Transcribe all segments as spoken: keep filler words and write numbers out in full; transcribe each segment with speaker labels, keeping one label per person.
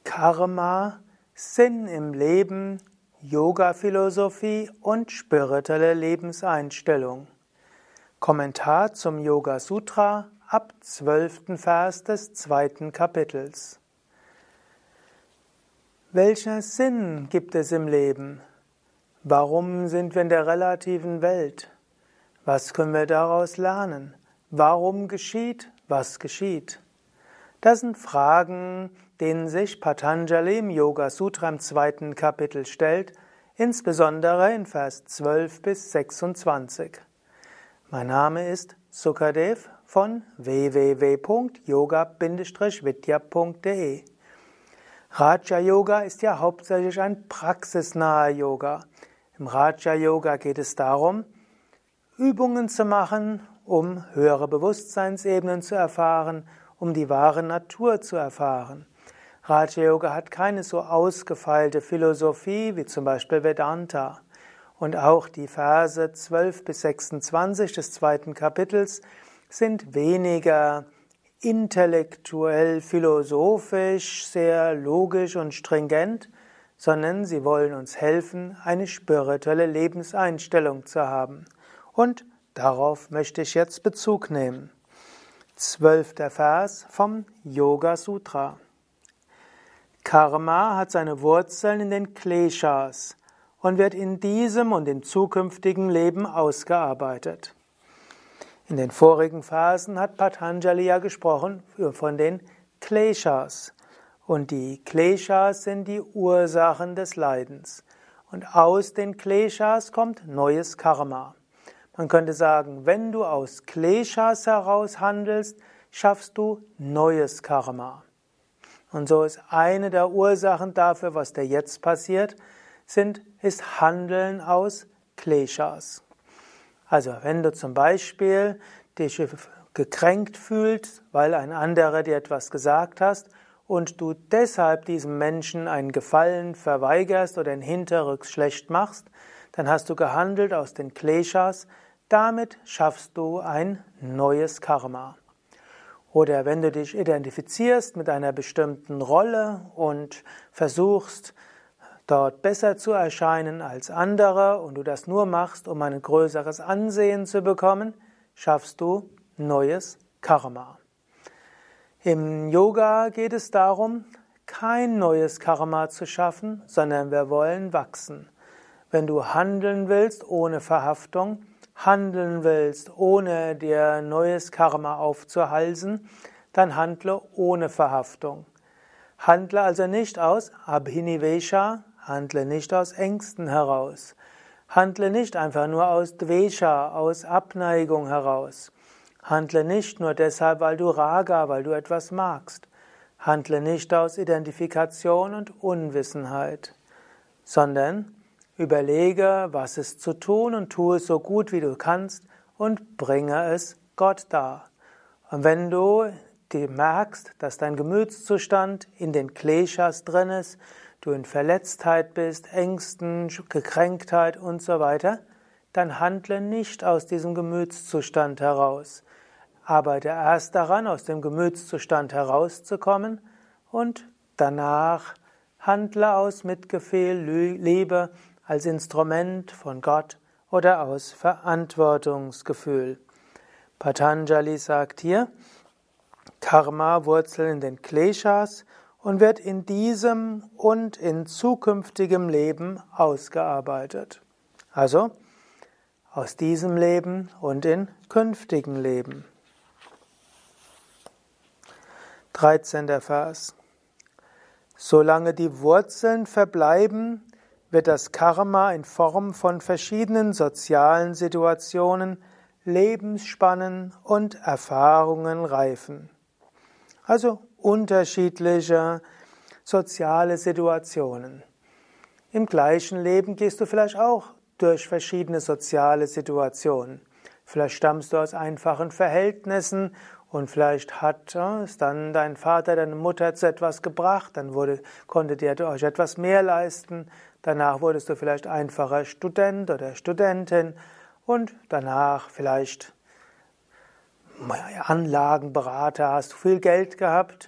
Speaker 1: Karma, Sinn im Leben, Yoga-Philosophie und spirituelle Lebenseinstellung. Kommentar zum Yoga Sutra ab zwölften Vers des zweiten Kapitels. Welcher Sinn gibt es im Leben? Warum sind wir in der relativen Welt? Was können wir daraus lernen? Warum geschieht, was geschieht? Das sind Fragen, denen sich Patanjali im Yoga Sutra im zweiten Kapitel stellt, insbesondere in Vers zwölf bis sechsundzwanzig. Mein Name ist Sukadev von w w w punkt yoga vidya punkt de. Raja Yoga ist ja hauptsächlich ein praxisnaher Yoga. Im Raja Yoga geht es darum, Übungen zu machen, um höhere Bewusstseinsebenen zu erfahren, um die wahre Natur zu erfahren. Raja Yoga hat keine so ausgefeilte Philosophie wie zum Beispiel Vedanta. Und auch die Verse zwölf bis sechsundzwanzig des zweiten Kapitels sind weniger intellektuell, philosophisch, sehr logisch und stringent, sondern sie wollen uns helfen, eine spirituelle Lebenseinstellung zu haben. Und darauf möchte ich jetzt Bezug nehmen. Zwölfter Vers vom Yoga Sutra. Karma hat seine Wurzeln in den Kleshas und wird in diesem und im zukünftigen Leben ausgearbeitet. In den vorigen Versen hat Patanjali ja gesprochen von den Kleshas. Und die Kleshas sind die Ursachen des Leidens. Und aus den Kleshas kommt neues Karma. Man könnte sagen, wenn du aus Kleshas heraus handelst, schaffst du neues Karma. Und so ist eine der Ursachen dafür, was dir jetzt passiert, sind, ist Handeln aus Kleshas. Also wenn du zum Beispiel dich gekränkt fühlst, weil ein anderer dir etwas gesagt hast und du deshalb diesem Menschen einen Gefallen verweigerst oder ihn hinterrücks schlecht machst, dann hast du gehandelt aus den Kleshas, damit schaffst du ein neues Karma. Oder wenn du dich identifizierst mit einer bestimmten Rolle und versuchst, dort besser zu erscheinen als andere und du das nur machst, um ein größeres Ansehen zu bekommen, schaffst du neues Karma. Im Yoga geht es darum, kein neues Karma zu schaffen, sondern wir wollen wachsen. Wenn du handeln willst ohne Verhaftung, handeln willst, ohne dir neues Karma aufzuhalsen, dann handle ohne Verhaftung. Handle also nicht aus Abhinivesha, handle nicht aus Ängsten heraus. Handle nicht einfach nur aus Dvesha, aus Abneigung heraus. Handle nicht nur deshalb, weil du Raga, weil du etwas magst. Handle nicht aus Identifikation und Unwissenheit, sondern überlege, was ist zu tun und tue es so gut wie du kannst und bringe es Gott dar. Und wenn du dir merkst, dass dein Gemütszustand in den Kleshas drin ist, du in Verletztheit bist, Ängsten, Gekränktheit und so weiter, dann handle nicht aus diesem Gemütszustand heraus. Arbeite erst daran, aus dem Gemütszustand herauszukommen und danach handle aus Mitgefühl, Liebe, als Instrument von Gott oder aus Verantwortungsgefühl. Patanjali sagt hier, Karma wurzelt in den Kleshas und wird in diesem und in zukünftigem Leben ausgearbeitet. Also aus diesem Leben und in künftigen Leben. dreizehnter Vers. Solange die Wurzeln verbleiben, wird das Karma in Form von verschiedenen sozialen Situationen, Lebensspannen und Erfahrungen reifen. Also unterschiedliche soziale Situationen. Im gleichen Leben gehst du vielleicht auch durch verschiedene soziale Situationen. Vielleicht stammst du aus einfachen Verhältnissen und vielleicht hat es dann dein Vater, deine Mutter zu etwas gebracht, dann wurde, konntet ihr euch etwas mehr leisten. Danach wurdest du vielleicht einfacher Student oder Studentin und danach vielleicht Anlagenberater, hast du viel Geld gehabt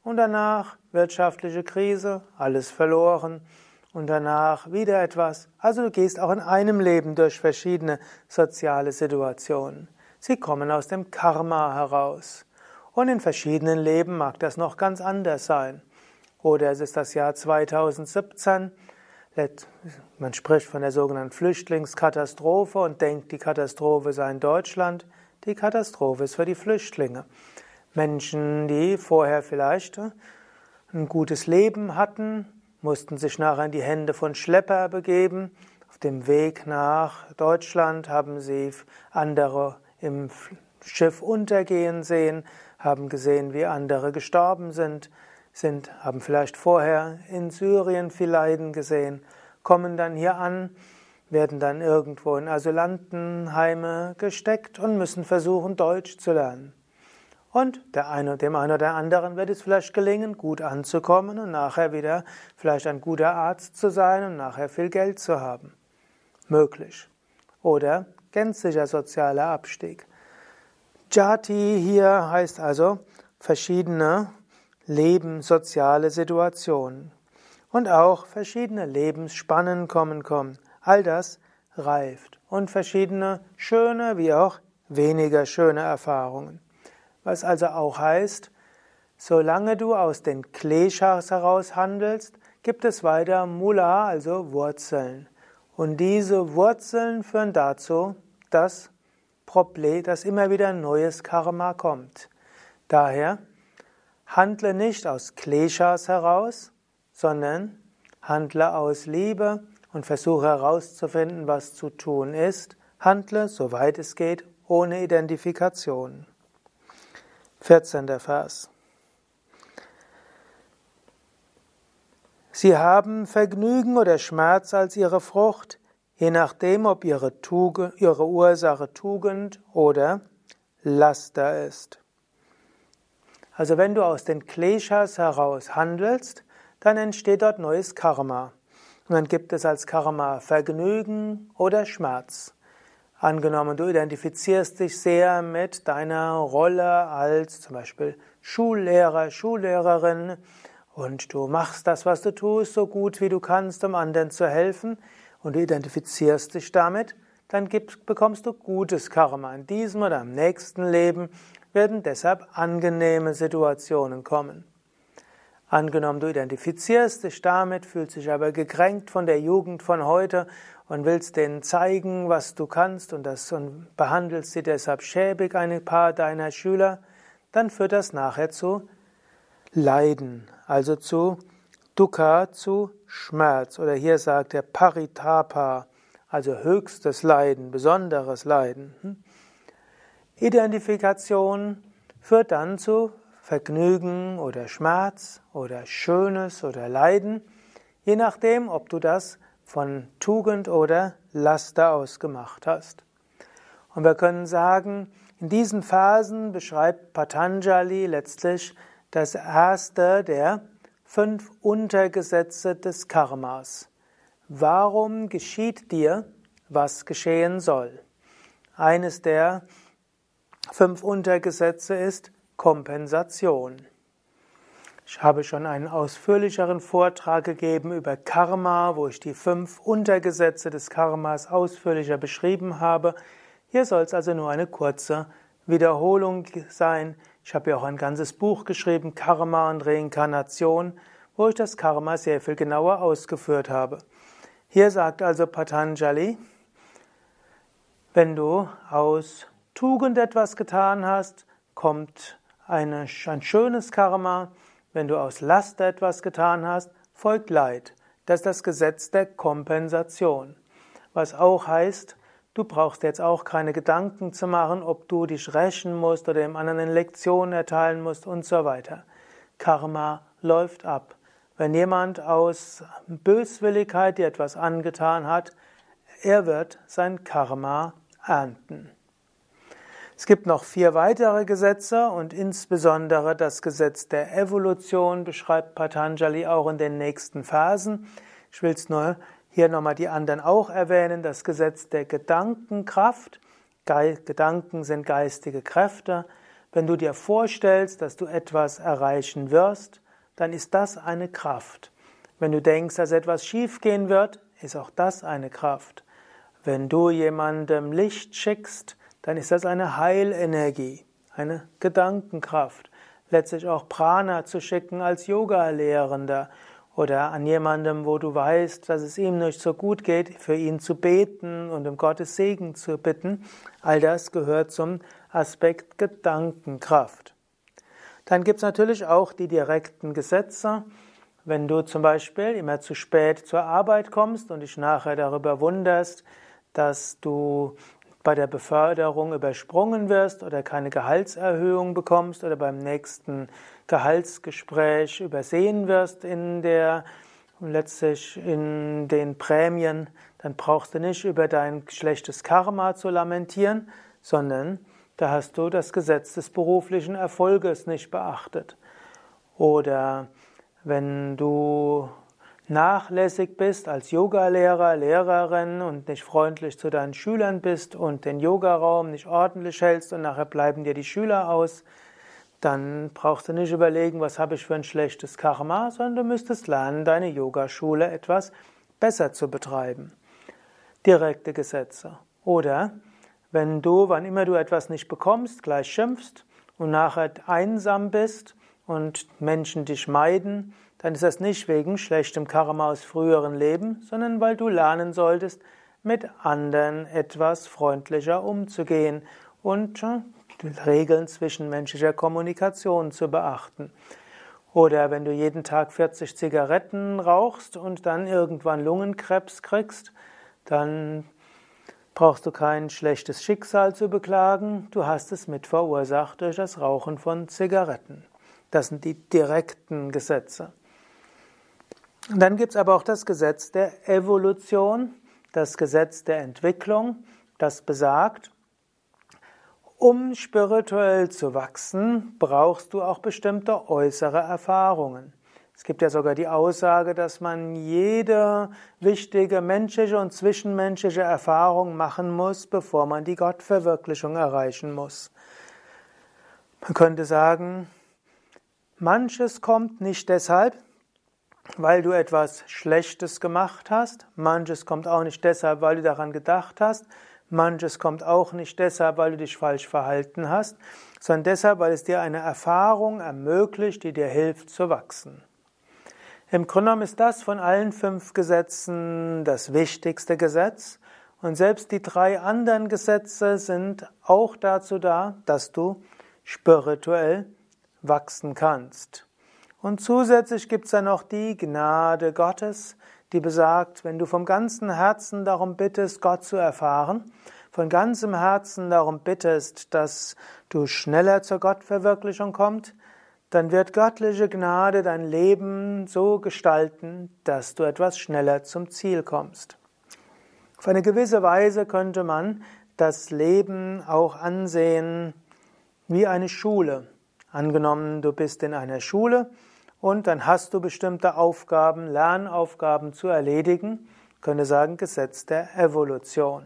Speaker 1: und danach wirtschaftliche Krise, alles verloren und danach wieder etwas. Also du gehst auch in einem Leben durch verschiedene soziale Situationen. Sie kommen aus dem Karma heraus. Und in verschiedenen Leben mag das noch ganz anders sein. Oder es ist das Jahr zweitausendsiebzehn. Man spricht von der sogenannten Flüchtlingskatastrophe und denkt, die Katastrophe sei in Deutschland. Die Katastrophe ist für die Flüchtlinge. Menschen, die vorher vielleicht ein gutes Leben hatten, mussten sich nachher in die Hände von Schlepper begeben. Auf dem Weg nach Deutschland haben sie andere im Schiff untergehen sehen, haben gesehen, wie andere gestorben sind, sind, haben vielleicht vorher in Syrien viel Leiden gesehen, kommen dann hier an, werden dann irgendwo in Asylantenheime gesteckt und müssen versuchen, Deutsch zu lernen. Und der eine, dem einen oder anderen wird es vielleicht gelingen, gut anzukommen und nachher wieder vielleicht ein guter Arzt zu sein und nachher viel Geld zu haben. Möglich. Oder gänzlicher sozialer Abstieg. Jati hier heißt also verschiedene Leben, soziale Situationen. Und auch verschiedene Lebensspannen kommen, kommen. All das reift. Und verschiedene schöne wie auch weniger schöne Erfahrungen. Was also auch heißt, solange du aus den Kleshas heraus handelst, gibt es weiter Mula, also Wurzeln. Und diese Wurzeln führen dazu, dass Problem, dass immer wieder neues Karma kommt. Daher handle nicht aus Kleshas heraus, sondern handle aus Liebe und versuche herauszufinden, was zu tun ist. Handle, soweit es geht, ohne Identifikation. vierzehnter Vers. Sie haben Vergnügen oder Schmerz als ihre Frucht, je nachdem, ob ihre, Tugend, ihre Ursache Tugend oder Laster ist. Also wenn du aus den Kleshas heraus handelst, dann entsteht dort neues Karma. Und dann gibt es als Karma Vergnügen oder Schmerz. Angenommen, du identifizierst dich sehr mit deiner Rolle als zum Beispiel Schullehrer, Schullehrerin und du machst das, was du tust, so gut wie du kannst, um anderen zu helfen und du identifizierst dich damit, dann gibst, bekommst du gutes Karma. In diesem oder im nächsten Leben werden deshalb angenehme Situationen kommen. Angenommen, du identifizierst dich damit, fühlst dich aber gekränkt von der Jugend von heute und willst denen zeigen, was du kannst und, das, und behandelst sie deshalb schäbig, ein paar deiner Schüler, dann führt das nachher zu Leiden, also zu Dukkha, zu Schmerz. Oder hier sagt er Paritapa, also höchstes Leiden, besonderes Leiden. Identifikation führt dann zu Vergnügen oder Schmerz oder Schönes oder Leiden, je nachdem, ob du das von Tugend oder Laster ausgemacht hast. Und wir können sagen, in diesen Phasen beschreibt Patanjali letztlich das erste der fünf Untergesetze des Karmas. Warum geschieht dir, was geschehen soll? Eines der fünf Untergesetze ist Kompensation. Ich habe schon einen ausführlicheren Vortrag gegeben über Karma, wo ich die fünf Untergesetze des Karmas ausführlicher beschrieben habe. Hier soll es also nur eine kurze Wiederholung sein. Ich habe ja auch ein ganzes Buch geschrieben, Karma und Reinkarnation, wo ich das Karma sehr viel genauer ausgeführt habe. Hier sagt also Patanjali, wenn du aus Tugend etwas getan hast, kommt eine, ein schönes Karma. Wenn du aus Laster etwas getan hast, folgt Leid. Das ist das Gesetz der Kompensation. Was auch heißt, du brauchst jetzt auch keine Gedanken zu machen, ob du dich rächen musst oder dem anderen eine Lektion erteilen musst und so weiter. Karma läuft ab. Wenn jemand aus Böswilligkeit dir etwas angetan hat, er wird sein Karma ernten. Es gibt noch vier weitere Gesetze und insbesondere das Gesetz der Evolution beschreibt Patanjali auch in den nächsten Phasen. Ich will es nur hier nochmal die anderen auch erwähnen. Das Gesetz der Gedankenkraft. Gedanken sind geistige Kräfte. Wenn du dir vorstellst, dass du etwas erreichen wirst, dann ist das eine Kraft. Wenn du denkst, dass etwas schiefgehen wird, ist auch das eine Kraft. Wenn du jemandem Licht schickst, dann ist das eine Heilenergie, eine Gedankenkraft. Letztlich auch Prana zu schicken als Yoga-Lehrender oder an jemandem, wo du weißt, dass es ihm nicht so gut geht, für ihn zu beten und um Gottes Segen zu bitten. All das gehört zum Aspekt Gedankenkraft. Dann gibt es natürlich auch die direkten Gesetze. Wenn du zum Beispiel immer zu spät zur Arbeit kommst und dich nachher darüber wunderst, dass du bei der Beförderung übersprungen wirst oder keine Gehaltserhöhung bekommst oder beim nächsten Gehaltsgespräch übersehen wirst in der, letztlich in den Prämien, dann brauchst du nicht über dein schlechtes Karma zu lamentieren, sondern da hast du das Gesetz des beruflichen Erfolges nicht beachtet. Oder wenn du nachlässig bist als Yogalehrer, Lehrerin und nicht freundlich zu deinen Schülern bist und den Yogaraum nicht ordentlich hältst und nachher bleiben dir die Schüler aus, dann brauchst du nicht überlegen, was habe ich für ein schlechtes Karma, sondern du müsstest lernen, deine Yogaschule etwas besser zu betreiben. Direkte Gesetze. Oder wenn du, wann immer du etwas nicht bekommst, gleich schimpfst und nachher einsam bist und Menschen dich meiden, dann ist das nicht wegen schlechtem Karma aus früheren Leben, sondern weil du lernen solltest, mit anderen etwas freundlicher umzugehen und Regeln zwischenmenschlicher Kommunikation zu beachten. Oder wenn du jeden Tag vierzig Zigaretten rauchst und dann irgendwann Lungenkrebs kriegst, dann brauchst du kein schlechtes Schicksal zu beklagen, du hast es mit verursacht durch das Rauchen von Zigaretten. Das sind die direkten Gesetze. Und dann gibt es aber auch das Gesetz der Evolution, das Gesetz der Entwicklung, das besagt, um spirituell zu wachsen, brauchst du auch bestimmte äußere Erfahrungen. Es gibt ja sogar die Aussage, dass man jede wichtige menschliche und zwischenmenschliche Erfahrung machen muss, bevor man die Gottverwirklichung erreichen muss. Man könnte sagen, manches kommt nicht deshalb, weil du etwas Schlechtes gemacht hast, manches kommt auch nicht deshalb, weil du daran gedacht hast, manches kommt auch nicht deshalb, weil du dich falsch verhalten hast, sondern deshalb, weil es dir eine Erfahrung ermöglicht, die dir hilft zu wachsen. Im Grunde genommen ist das von allen fünf Gesetzen das wichtigste Gesetz und selbst die drei anderen Gesetze sind auch dazu da, dass du spirituell wachsen kannst. Und zusätzlich gibt es dann noch die Gnade Gottes, die besagt, wenn du vom ganzen Herzen darum bittest, Gott zu erfahren, von ganzem Herzen darum bittest, dass du schneller zur Gottverwirklichung kommst, dann wird göttliche Gnade dein Leben so gestalten, dass du etwas schneller zum Ziel kommst. Auf eine gewisse Weise könnte man das Leben auch ansehen wie eine Schule. Angenommen, du bist in einer Schule und dann hast du bestimmte Aufgaben, Lernaufgaben zu erledigen, ich könnte sagen, Gesetz der Evolution.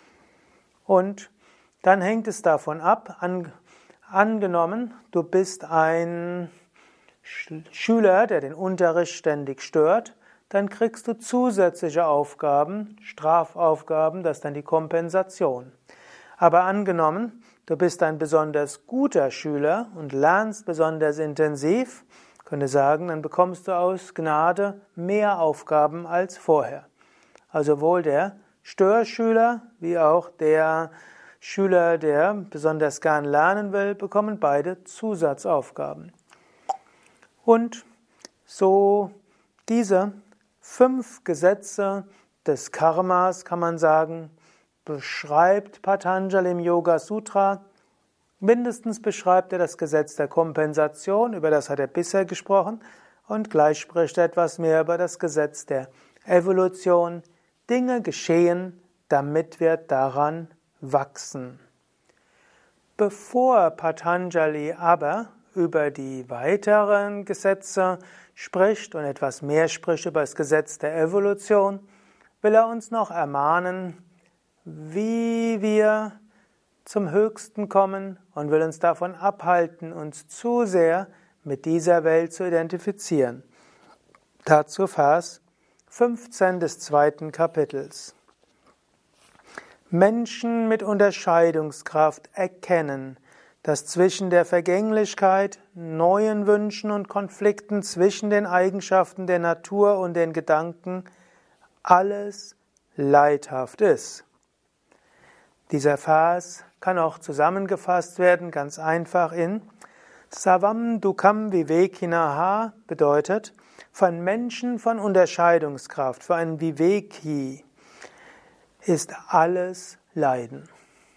Speaker 1: Und dann hängt es davon ab, an, angenommen, du bist ein Schüler, der den Unterricht ständig stört, dann kriegst du zusätzliche Aufgaben, Strafaufgaben, das ist dann die Kompensation. Aber angenommen, du bist ein besonders guter Schüler und lernst besonders intensiv, könnte sagen, dann bekommst du aus Gnade mehr Aufgaben als vorher. Also sowohl der Störschüler wie auch der Schüler, der besonders gern lernen will, bekommen beide Zusatzaufgaben. Und so diese fünf Gesetze des Karmas, kann man sagen, beschreibt Patanjali im Yoga Sutra. Mindestens beschreibt er das Gesetz der Kompensation, über das hat er bisher gesprochen, und gleich spricht er etwas mehr über das Gesetz der Evolution. Dinge geschehen, damit wir daran wachsen. Bevor Patanjali aber über die weiteren Gesetze spricht und etwas mehr spricht über das Gesetz der Evolution, will er uns noch ermahnen, wie wir zum Höchsten kommen und will uns davon abhalten, uns zu sehr mit dieser Welt zu identifizieren. Dazu Vers fünfzehn des zweiten Kapitels. Menschen mit Unterscheidungskraft erkennen, dass zwischen der Vergänglichkeit, neuen Wünschen und Konflikten zwischen den Eigenschaften der Natur und den Gedanken alles leidhaft ist. Dieser Vers kann auch zusammengefasst werden, ganz einfach in Savam Dukam Vivekinaha bedeutet, für einen Menschen von Unterscheidungskraft, für einen Viveki ist alles Leiden.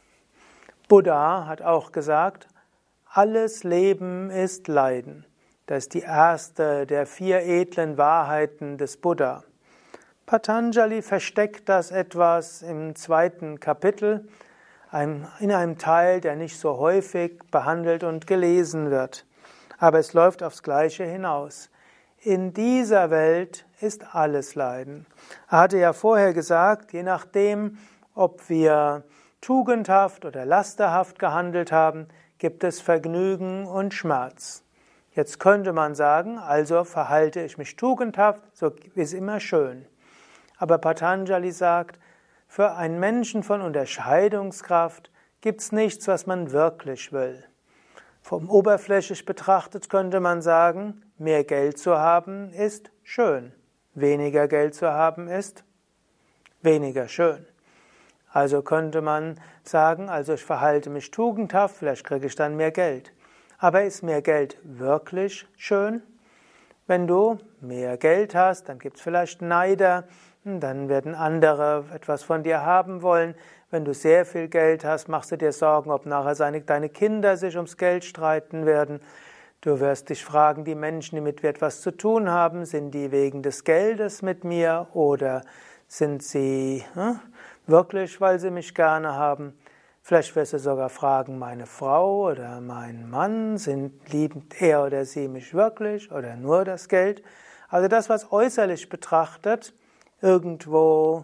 Speaker 1: Buddha hat auch gesagt, alles Leben ist Leiden. Das ist die erste der vier edlen Wahrheiten des Buddha. Patanjali versteckt das etwas im zweiten Kapitel, in einem Teil, der nicht so häufig behandelt und gelesen wird. Aber es läuft aufs Gleiche hinaus. In dieser Welt ist alles Leiden. Er hatte ja vorher gesagt, je nachdem, ob wir tugendhaft oder lasterhaft gehandelt haben, gibt es Vergnügen und Schmerz. Jetzt könnte man sagen, also verhalte ich mich tugendhaft, so ist immer schön. Aber Patanjali sagt, für einen Menschen von Unterscheidungskraft gibt es nichts, was man wirklich will. Vom oberflächlich betrachtet könnte man sagen, mehr Geld zu haben ist schön, weniger Geld zu haben ist weniger schön. Also könnte man sagen, also ich verhalte mich tugendhaft, vielleicht kriege ich dann mehr Geld. Aber ist mehr Geld wirklich schön? Wenn du mehr Geld hast, dann gibt es vielleicht Neider, dann werden andere etwas von dir haben wollen. Wenn du sehr viel Geld hast, machst du dir Sorgen, ob nachher seine, deine Kinder sich ums Geld streiten werden. Du wirst dich fragen, die Menschen, die mit mir etwas zu tun haben, sind die wegen des Geldes mit mir oder sind sie hm, wirklich, weil sie mich gerne haben? Vielleicht wirst du sogar fragen, meine Frau oder mein Mann, sind liebt er oder sie mich wirklich oder nur das Geld? Also das, was äußerlich betrachtet irgendwo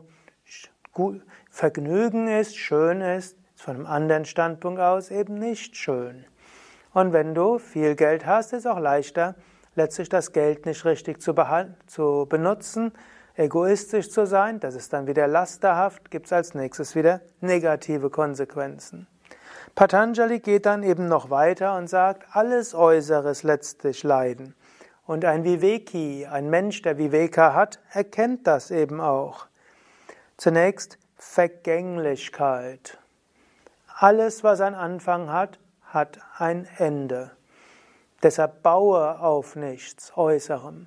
Speaker 1: Vergnügen ist, schön ist, ist von einem anderen Standpunkt aus eben nicht schön. Und wenn du viel Geld hast, ist es auch leichter, letztlich das Geld nicht richtig zu, zu benutzen, egoistisch zu sein, das ist dann wieder lasterhaft, gibt es als nächstes wieder negative Konsequenzen. Patanjali geht dann eben noch weiter und sagt, alles Äußere ist letztlich Leiden. Und ein Viveki, ein Mensch, der Viveka hat, erkennt das eben auch. Zunächst Vergänglichkeit. Alles, was einen Anfang hat, hat ein Ende. Deshalb baue auf nichts Äußerem.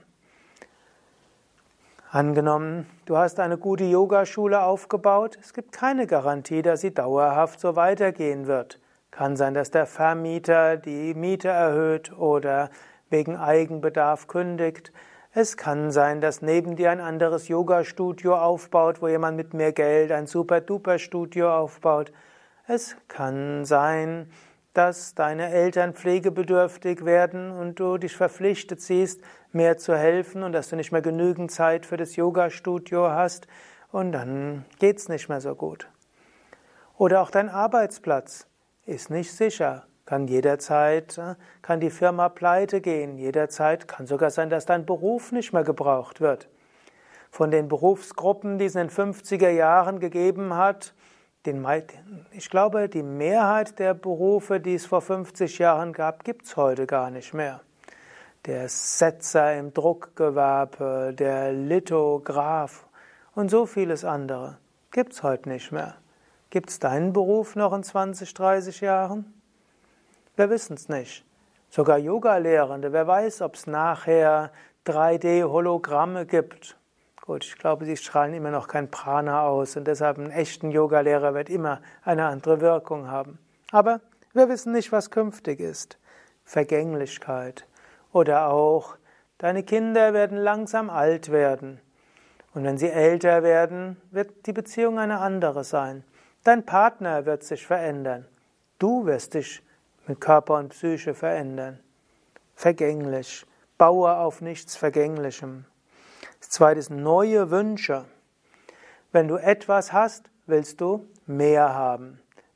Speaker 1: Angenommen, du hast eine gute Yogaschule aufgebaut, es gibt keine Garantie, dass sie dauerhaft so weitergehen wird. Kann sein, dass der Vermieter die Miete erhöht oder wegen Eigenbedarf kündigt. Es kann sein, dass neben dir ein anderes Yoga-Studio aufbaut, wo jemand mit mehr Geld ein Super-Duper-Studio aufbaut. Es kann sein, dass deine Eltern pflegebedürftig werden und du dich verpflichtet siehst, mehr zu helfen und dass du nicht mehr genügend Zeit für das Yoga-Studio hast und dann geht's nicht mehr so gut. Oder auch dein Arbeitsplatz ist nicht sicher. Kann jederzeit, kann die Firma pleite gehen, jederzeit kann sogar sein, dass dein Beruf nicht mehr gebraucht wird. Von den Berufsgruppen, die es in den fünfziger Jahren gegeben hat, den, ich glaube, die Mehrheit der Berufe, die es vor fünfzig Jahren gab, gibt es heute gar nicht mehr. Der Setzer im Druckgewerbe, der Lithograph und so vieles andere gibt es heute nicht mehr. Gibt es deinen Beruf noch in zwanzig, dreißig Jahren? Wir wissen es nicht. Sogar Yoga-Lehrende, wer weiß, ob es nachher drei D-Hologramme gibt. Gut, ich glaube, sie strahlen immer noch kein Prana aus und deshalb ein echter Yogalehrer wird immer eine andere Wirkung haben. Aber wir wissen nicht, was künftig ist. Vergänglichkeit. Oder auch, deine Kinder werden langsam alt werden. Und wenn sie älter werden, wird die Beziehung eine andere sein. Dein Partner wird sich verändern. Du wirst dich mit Körper und Psyche verändern. Vergänglich. Baue auf nichts Vergänglichem. Das zweite ist neue Wünsche. Wenn du etwas hast, willst du mehr haben.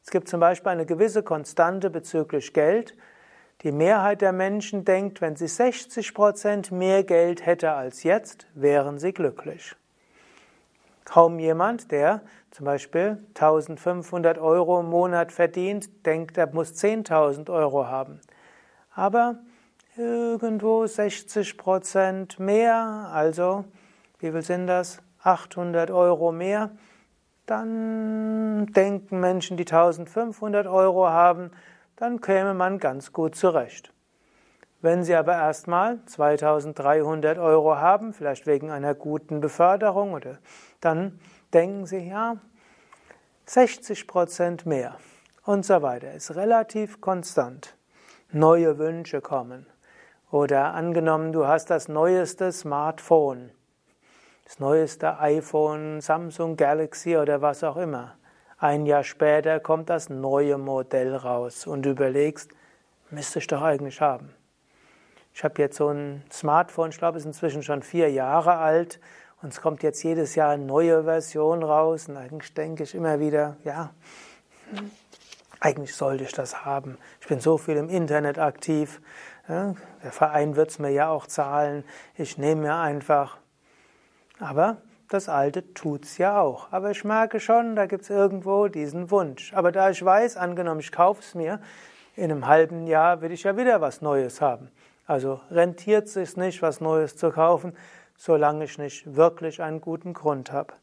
Speaker 1: Es gibt zum Beispiel eine gewisse Konstante bezüglich Geld. Die Mehrheit der Menschen denkt, wenn sie sechzig Prozent mehr Geld hätte als jetzt, wären sie glücklich. Kaum jemand, der zum Beispiel eintausendfünfhundert Euro im Monat verdient, denkt, er muss zehntausend Euro haben. Aber irgendwo sechzig Prozent mehr, also wie viel sind das? achthundert Euro mehr. Dann denken Menschen, die eintausendfünfhundert Euro haben, dann käme man ganz gut zurecht. Wenn sie aber erstmal zweitausenddreihundert Euro haben, vielleicht wegen einer guten Beförderung, oder dann denken sie, ja, sechzig Prozent mehr und so weiter. Ist relativ konstant. Neue Wünsche kommen. Oder angenommen, du hast das neueste Smartphone, das neueste iPhone, Samsung Galaxy oder was auch immer. Ein Jahr später kommt das neue Modell raus und du überlegst, müsste ich doch eigentlich haben. Ich habe jetzt so ein Smartphone, ich glaube, es ist inzwischen schon vier Jahre alt und es kommt jetzt jedes Jahr eine neue Version raus und eigentlich denke ich immer wieder, ja, eigentlich sollte ich das haben. Ich bin so viel im Internet aktiv, ja, der Verein wird es mir ja auch zahlen, ich nehme mir einfach. Aber das Alte tut's ja auch. Aber ich merke schon, da gibt's irgendwo diesen Wunsch. Aber da ich weiß, angenommen, ich kaufe es mir, in einem halben Jahr will ich ja wieder was Neues haben. Also rentiert es sich nicht, was Neues zu kaufen, solange ich nicht wirklich einen guten Grund habe.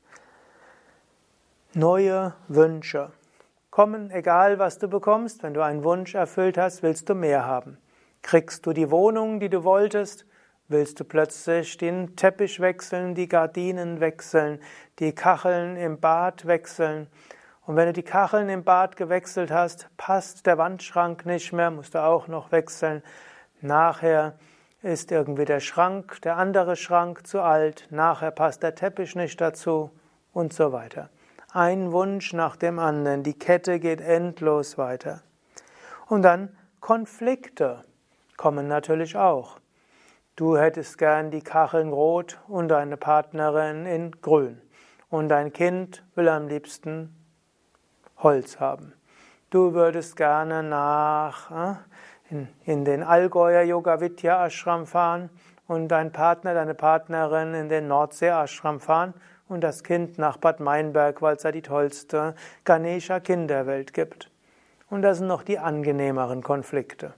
Speaker 1: Neue Wünsche kommen, egal was du bekommst. Wenn du einen Wunsch erfüllt hast, willst du mehr haben. Kriegst du die Wohnung, die du wolltest? Willst du plötzlich den Teppich wechseln, die Gardinen wechseln, die Kacheln im Bad wechseln? Und wenn du die Kacheln im Bad gewechselt hast, passt der Wandschrank nicht mehr, musst du auch noch wechseln. Nachher ist irgendwie der Schrank, der andere Schrank zu alt, nachher passt der Teppich nicht dazu und so weiter. Ein Wunsch nach dem anderen, die Kette geht endlos weiter. Und dann Konflikte kommen natürlich auch. Du hättest gern die Kacheln rot und deine Partnerin in grün. Und dein Kind will am liebsten Holz haben. Du würdest gerne nach äh, in, in den Allgäuer Yoga Vidya Ashram fahren und dein Partner, deine Partnerin in den Nordsee Ashram fahren und das Kind nach Bad Meinberg, weil es da die tollste Ganesha Kinderwelt gibt. Und das sind noch die angenehmeren Konflikte.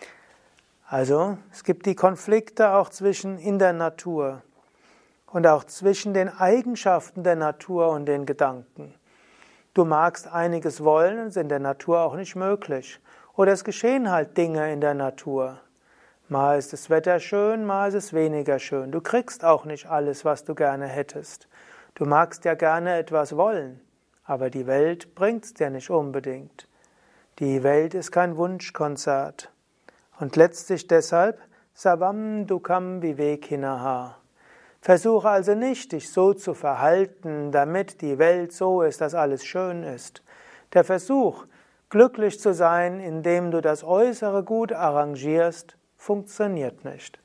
Speaker 1: Also, es gibt die Konflikte auch zwischen in der Natur und auch zwischen den Eigenschaften der Natur und den Gedanken. Du magst einiges wollen, ist in der Natur auch nicht möglich. Oder es geschehen halt Dinge in der Natur. Mal ist das Wetter schön, mal ist es weniger schön. Du kriegst auch nicht alles, was du gerne hättest. Du magst ja gerne etwas wollen, aber die Welt bringt's dir nicht unbedingt. Die Welt ist kein Wunschkonzert. Und letztlich deshalb, Savam Dukam Vivekinaha. Versuche also nicht, dich so zu verhalten, damit die Welt so ist, dass alles schön ist. Der Versuch, glücklich zu sein, indem du das Äußere gut arrangierst, funktioniert nicht.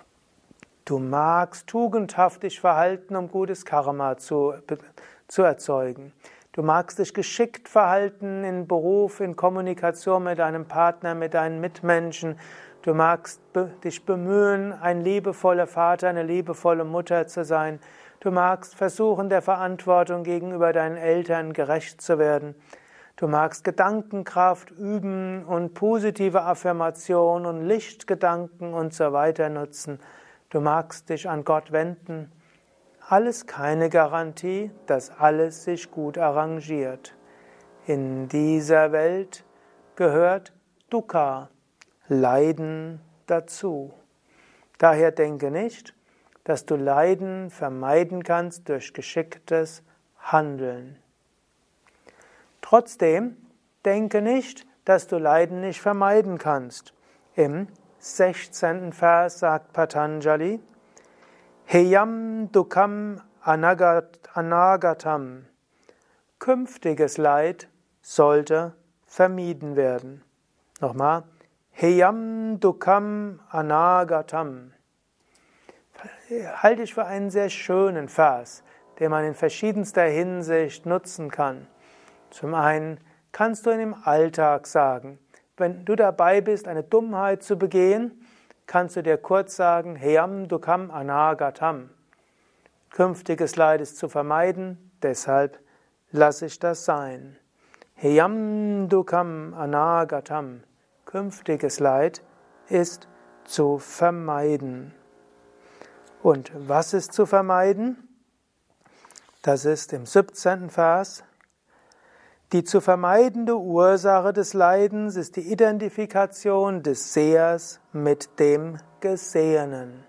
Speaker 1: Du magst tugendhaft dich verhalten, um gutes Karma zu, zu erzeugen. Du magst dich geschickt verhalten in Beruf, in Kommunikation mit deinem Partner, mit deinen Mitmenschen. Du magst be- dich bemühen, ein liebevoller Vater, eine liebevolle Mutter zu sein. Du magst versuchen, der Verantwortung gegenüber deinen Eltern gerecht zu werden. Du magst Gedankenkraft üben und positive Affirmation und Lichtgedanken und so weiter nutzen. Du magst dich an Gott wenden. Alles keine Garantie, dass alles sich gut arrangiert. In dieser Welt gehört Dukkha, Leiden, dazu. Daher denke nicht, dass du Leiden vermeiden kannst durch geschicktes Handeln. Trotzdem denke nicht, dass du Leiden nicht vermeiden kannst. Im sechzehnten Vers sagt Patanjali, Heyam Dukkam Anagatam. Künftiges Leid sollte vermieden werden. Nochmal. Heyam Dukkam Anagatam. Halte ich für einen sehr schönen Vers, den man in verschiedenster Hinsicht nutzen kann. Zum einen kannst du in dem Alltag sagen. Wenn du dabei bist, eine Dummheit zu begehen, kannst du dir kurz sagen, Heyam Dukam Anagatam. Künftiges Leid ist zu vermeiden, deshalb lasse ich das sein. Heyam Dukam Anagatam. Künftiges Leid ist zu vermeiden. Und was ist zu vermeiden? Das ist im siebzehnten Vers. Die zu vermeidende Ursache des Leidens ist die Identifikation des Sehers mit dem Gesehenen.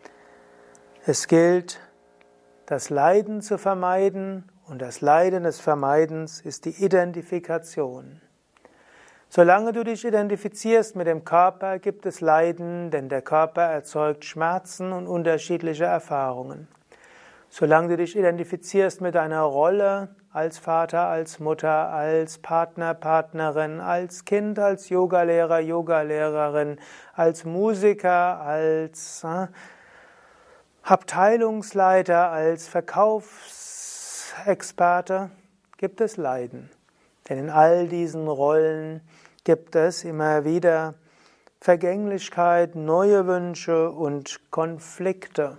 Speaker 1: Es gilt, das Leiden zu vermeiden, und das Leiden des Vermeidens ist die Identifikation. Solange du dich identifizierst mit dem Körper, gibt es Leiden, denn der Körper erzeugt Schmerzen und unterschiedliche Erfahrungen. Solange du dich identifizierst mit deiner Rolle als Vater, als Mutter, als Partner, Partnerin, als Kind, als Yogalehrer, Yogalehrerin, als Musiker, als äh, Abteilungsleiter, als Verkaufsexperte, gibt es Leiden. Denn in all diesen Rollen gibt es immer wieder Vergänglichkeit, neue Wünsche und Konflikte.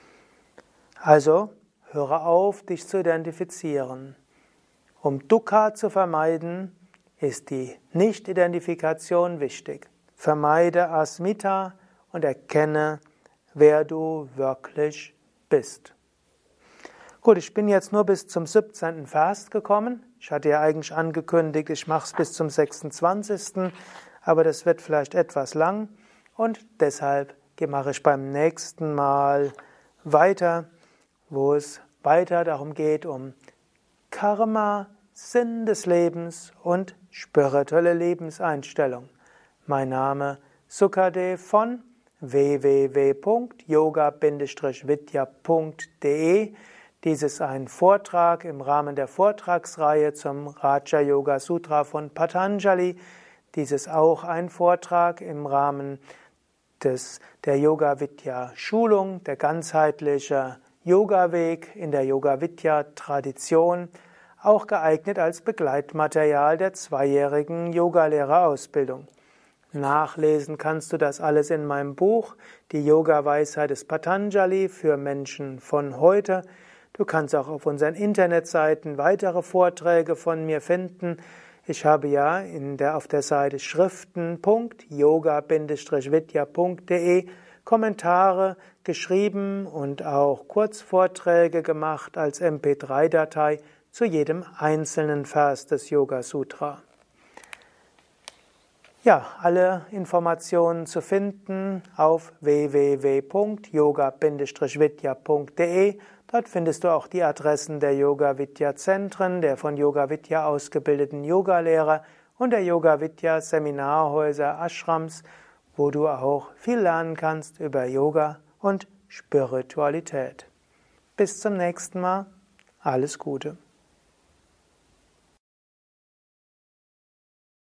Speaker 1: Also höre auf, dich zu identifizieren. Um Dukkha zu vermeiden, ist die Nicht-Identifikation wichtig. Vermeide Asmita und erkenne, wer du wirklich bist. Gut, ich bin jetzt nur bis zum siebzehnten Vers gekommen. Ich hatte ja eigentlich angekündigt, ich mache es bis zum sechsundzwanzigsten aber das wird vielleicht etwas lang und deshalb mache ich beim nächsten Mal weiter, wo es weiter darum geht, um Karma, Sinn des Lebens und spirituelle Lebenseinstellung. Mein Name Sukadev von w w w punkt yoga Bindestrich vidya punkt de. Dies ist ein Vortrag im Rahmen der Vortragsreihe zum Raja Yoga Sutra von Patanjali. Dies ist auch ein Vortrag im Rahmen des, der Yoga Vidya Schulung, der ganzheitliche Yoga-Weg in der Yoga Vidya Tradition, auch geeignet als Begleitmaterial der zweijährigen Yogalehrerausbildung. Nachlesen kannst du das alles in meinem Buch, die Yoga-Weisheit des Patanjali für Menschen von heute. Du kannst auch auf unseren Internetseiten weitere Vorträge von mir finden. Ich habe ja in der, auf der Seite schriften punkt yoga Bindestrich vidya punkt de Kommentare geschrieben und auch Kurzvorträge gemacht als M P drei Datei zu jedem einzelnen Vers des Yoga Sutra. Ja, alle Informationen zu finden auf w w w punkt yoga Bindestrich vidya punkt de. Dort findest du auch die Adressen der Yoga Vidya Zentren, der von Yoga Vidya ausgebildeten Yogalehrer und der Yoga Vidya Seminarhäuser Ashrams, wo du auch viel lernen kannst über Yoga und Spiritualität. Bis zum nächsten Mal. Alles Gute.